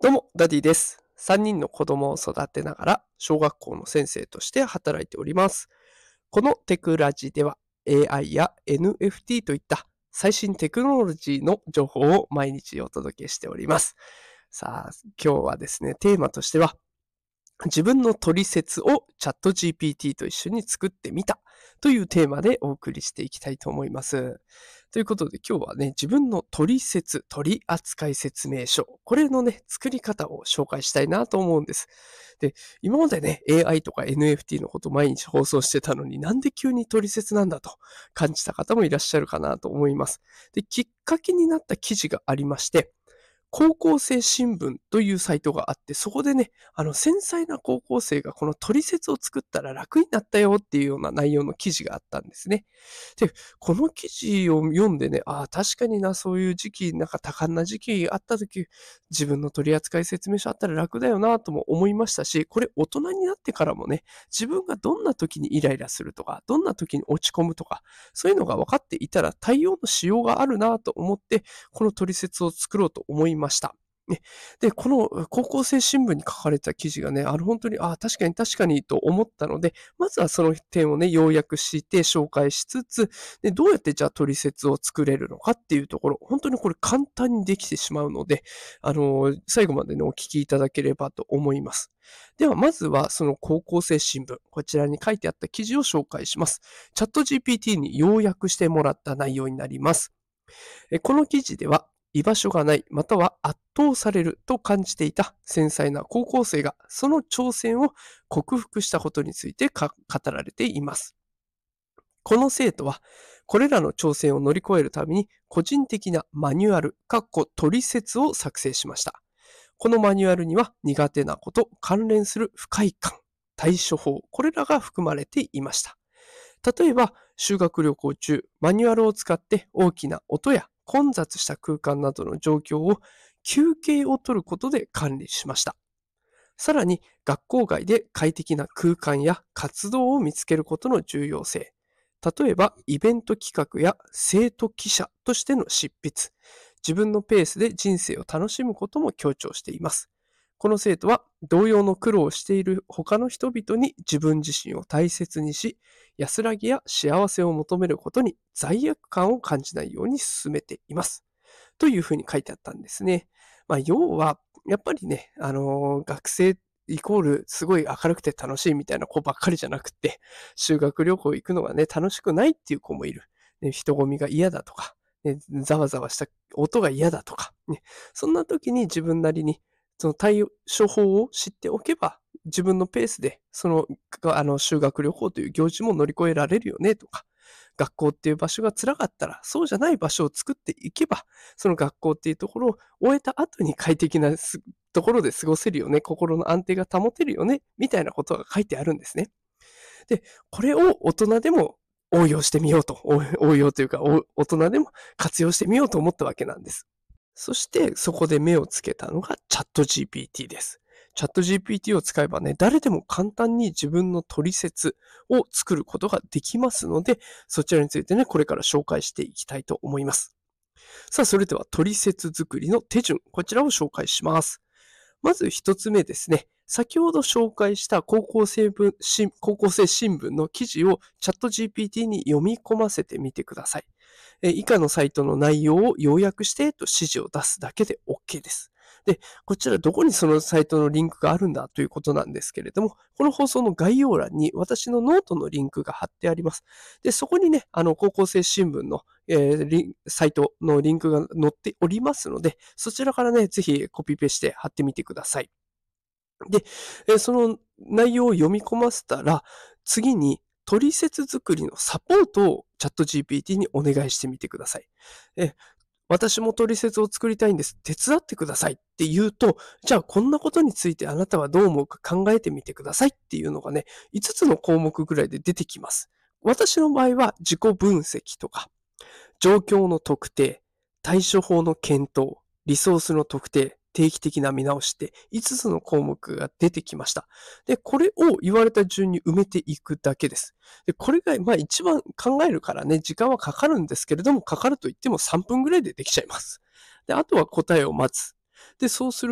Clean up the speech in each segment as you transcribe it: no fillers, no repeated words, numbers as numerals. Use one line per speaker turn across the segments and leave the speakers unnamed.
どうも、ダディです。3人の子供を育てながら、小学校の先生として働いております。このテクラジでは、AI や NFT といった最新テクノロジーの情報を毎日お届けしております。さあ、今日はですね、テーマとしては、自分の取説をチャット GPT と一緒に作ってみたというテーマでお送りしていきたいと思います。ということで今日はね、自分の取説、取扱説明書、これのね、作り方を紹介したいなと思うんです。で、今までね、AI とか NFT のこと毎日放送してたのになんで急に取説なんだと感じた方もいらっしゃるかなと思います。で、きっかけになった記事がありまして、高校生新聞というサイトがあって、そこでね、繊細な高校生がこの取説を作ったら楽になったよっていうような内容の記事があったんですね。で、この記事を読んでね、ああ、確かにな、そういう時期、なんか多感な時期あった時、自分の取扱説明書あったら楽だよなとも思いましたし、これ大人になってからもね、自分がどんな時にイライラするとか、どんな時に落ち込むとか、そういうのが分かっていたら対応のしようがあるなと思って、この取説を作ろうと思いました。ね、で、この高校生新聞に書かれた記事がね、本当に、確かに確かにと思ったので、まずはその点をね、要約して紹介しつつ、で、どうやってじゃあ取説を作れるのかっていうところ、本当にこれ簡単にできてしまうので、最後までね、お聞きいただければと思います。では、まずはその高校生新聞、こちらに書いてあった記事を紹介します。チャット GPT に要約してもらった内容になります。この記事では、居場所がない、または圧倒されると感じていた繊細な高校生が、その挑戦を克服したことについて語られています。この生徒は、これらの挑戦を乗り越えるために、個人的なマニュアル、取説を作成しました。このマニュアルには、苦手なこと、関連する不快感、対処法、これらが含まれていました。例えば、修学旅行中、マニュアルを使って大きな音や混雑した空間などの状況を休憩を取ることで管理しました。さらに、学校外で快適な空間や活動を見つけることの重要性。例えば、イベント企画や生徒記者としての執筆。自分のペースで人生を楽しむことも強調しています。この生徒は同様の苦労をしている他の人々に自分自身を大切にし、安らぎや幸せを求めることに罪悪感を感じないように進めています。というふうに書いてあったんですね。要は、やっぱりね、学生イコールすごい明るくて楽しいみたいな子ばっかりじゃなくて、修学旅行行くのがね、楽しくないっていう子もいる。ね、人混みが嫌だとか、ね、ざわざわした音が嫌だとか、ね、そんな時に自分なりにその対処法を知っておけば、自分のペースで、修学旅行という行事も乗り越えられるよねとか、学校っていう場所が辛かったら、そうじゃない場所を作っていけば、その学校っていうところを終えた後に快適なところで過ごせるよね、心の安定が保てるよね、みたいなことが書いてあるんですね。で、これを大人でも応用してみようと、応用というか、大人でも活用してみようと思ったわけなんです。そして、そこで目をつけたのがチャット GPT です。チャット GPT を使えばね、誰でも簡単に自分の取説を作ることができますので、そちらについてね、これから紹介していきたいと思います。さあ、それでは取説作りの手順、こちらを紹介します。まず一つ目ですね。先ほど紹介した高校生新聞の記事をチャット GPT に読み込ませてみてください。以下のサイトの内容を要約してと指示を出すだけで OK です。で、こちらどこにそのサイトのリンクがあるんだということなんですけれども、この放送の概要欄に私のノートのリンクが貼ってあります。で、そこにね、高校生新聞の、サイトのリンクが載っておりますので、そちらからね、ぜひコピペして貼ってみてください。で、その内容を読み込ませたら、次に取説作りのサポートをチャット GPT にお願いしてみてください。私も取説を作りたいんです。手伝ってくださいって言うと、じゃあこんなことについてあなたはどう思うか考えてみてくださいっていうのがね、5つの項目ぐらいで出てきます。私の場合は自己分析とか、状況の特定、対処法の検討、リソースの特定、定期的な見直しって5つの項目が出てきました。で、これを言われた順に埋めていくだけです。で、これが一番考えるからね、時間はかかるんですけれども、かかると言っても3分ぐらいでできちゃいます。で、あとは答えを待つ。で、そうすると、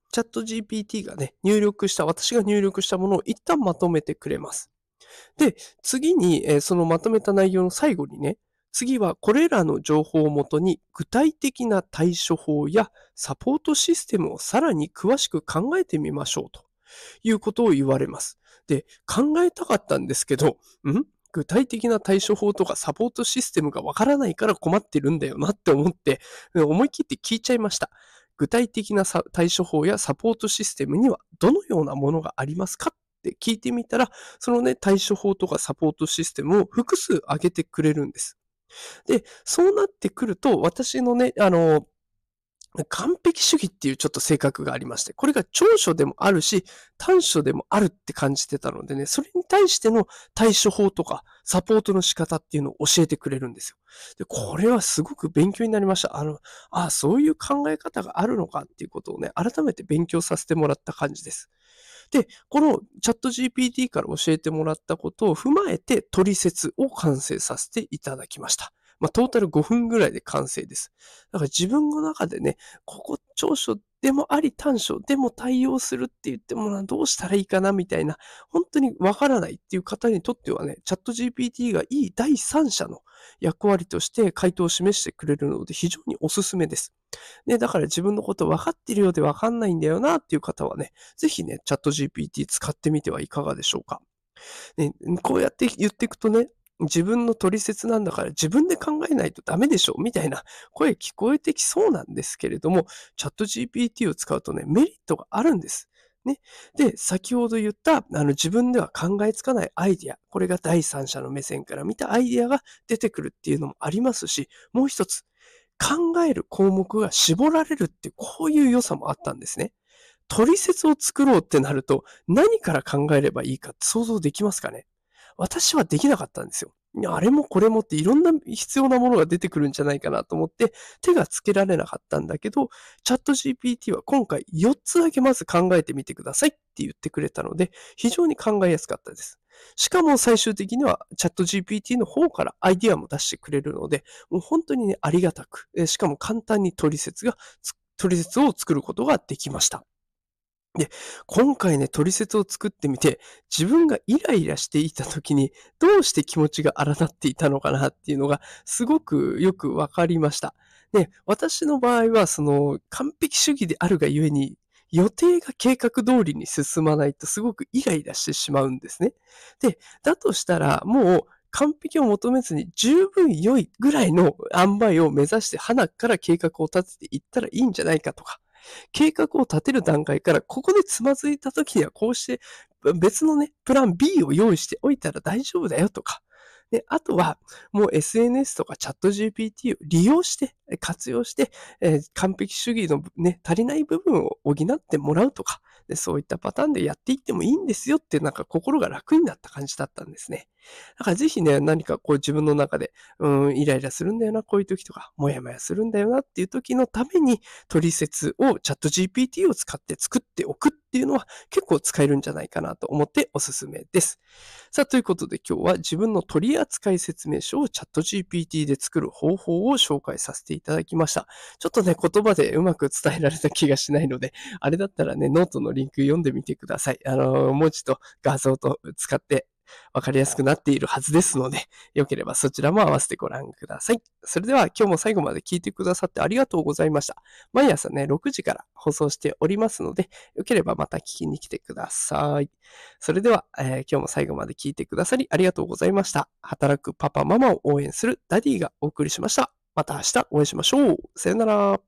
チャット GPT がね、私が入力したものを一旦まとめてくれます。で、次に、そのまとめた内容の最後にね、次はこれらの情報をもとに具体的な対処法やサポートシステムをさらに詳しく考えてみましょうということを言われます。で、考えたかったんですけど、具体的な対処法とかサポートシステムがわからないから困ってるんだよなって思って、思い切って聞いちゃいました。具体的な対処法やサポートシステムにはどのようなものがありますかって聞いてみたら、そのね、対処法とかサポートシステムを複数挙げてくれるんです。で、そうなってくると、私のね、完璧主義っていうちょっと性格がありまして、これが長所でもあるし、短所でもあるって感じてたのでね、それに対しての対処法とかサポートの仕方っていうのを教えてくれるんですよ。で、これはすごく勉強になりました。そういう考え方があるのかっていうことをね、改めて勉強させてもらった感じです。で、このチャット GPT から教えてもらったことを踏まえて、トリセツを完成させていただきました。トータル5分ぐらいで完成です。だから自分の中でね、ここ長所でもあり短所でも対応するって言ってもどうしたらいいかなみたいな、本当にわからないっていう方にとってはね、チャット GPT がいい第三者の役割として回答を示してくれるので非常におすすめです。ね、だから自分のこと分かってるようで分かんないんだよなっていう方はね、ぜひね、チャット GPT 使ってみてはいかがでしょうか。ね、こうやって言っていくとね、自分の取説なんだから自分で考えないとダメでしょみたいな声聞こえてきそうなんですけれども、チャット GPT を使うとね、メリットがあるんです。ね。で、先ほど言った、自分では考えつかないアイディア、これが第三者の目線から見たアイディアが出てくるっていうのもありますし、もう一つ、考える項目が絞られるってこういう良さもあったんですね。取説を作ろうってなると、何から考えればいいかって想像できますかね？私はできなかったんですよ。あれもこれもっていろんな必要なものが出てくるんじゃないかなと思って、手がつけられなかったんだけど、チャット GPT は今回4つだけまず考えてみてくださいって言ってくれたので、非常に考えやすかったです。しかも最終的にはチャット GPT の方からアイディアも出してくれるので、もう本当にね、ありがたく、しかも簡単に取説を作ることができました。で、今回ね、取説を作ってみて、自分がイライラしていた時に、どうして気持ちが荒立っていたのかなっていうのが、すごくよくわかりました。で、私の場合は、完璧主義であるがゆえに、予定が計画通りに進まないとすごくイライラしてしまうんですね。で、だとしたら、もう完璧を求めずに十分良いぐらいの塩梅を目指して、花から計画を立てていったらいいんじゃないかとか、計画を立てる段階から、ここでつまずいた時にはこうして、別のね、プラン B を用意しておいたら大丈夫だよとか。で、あとは、もう SNS とかチャット GPT を利用して、活用して、完璧主義のね、足りない部分を補ってもらうとか、で、そういったパターンでやっていってもいいんですよって、なんか心が楽になった感じだったんですね。だからぜひね、何かこう自分の中で、イライラするんだよな、こういう時とか、もやもやするんだよなっていう時のために、取説をチャット GPT を使って作っておくっていうのは結構使えるんじゃないかなと思っておすすめです。さあ、ということで今日は自分の取扱説明書をチャット GPT で作る方法を紹介させていただきました。ちょっとね、言葉でうまく伝えられた気がしないので、あれだったらね、ノートのリンク読んでみてください。文字と画像と使ってわかりやすくなっているはずですので、よければそちらも合わせてご覧ください。それでは今日も最後まで聞いてくださってありがとうございました。毎朝ね、6時から放送しておりますので、よければまた聞きに来てください。それでは、今日も最後まで聞いてくださりありがとうございました。働くパパママを応援するダディがお送りしました。また明日お会いしましょう。さよなら。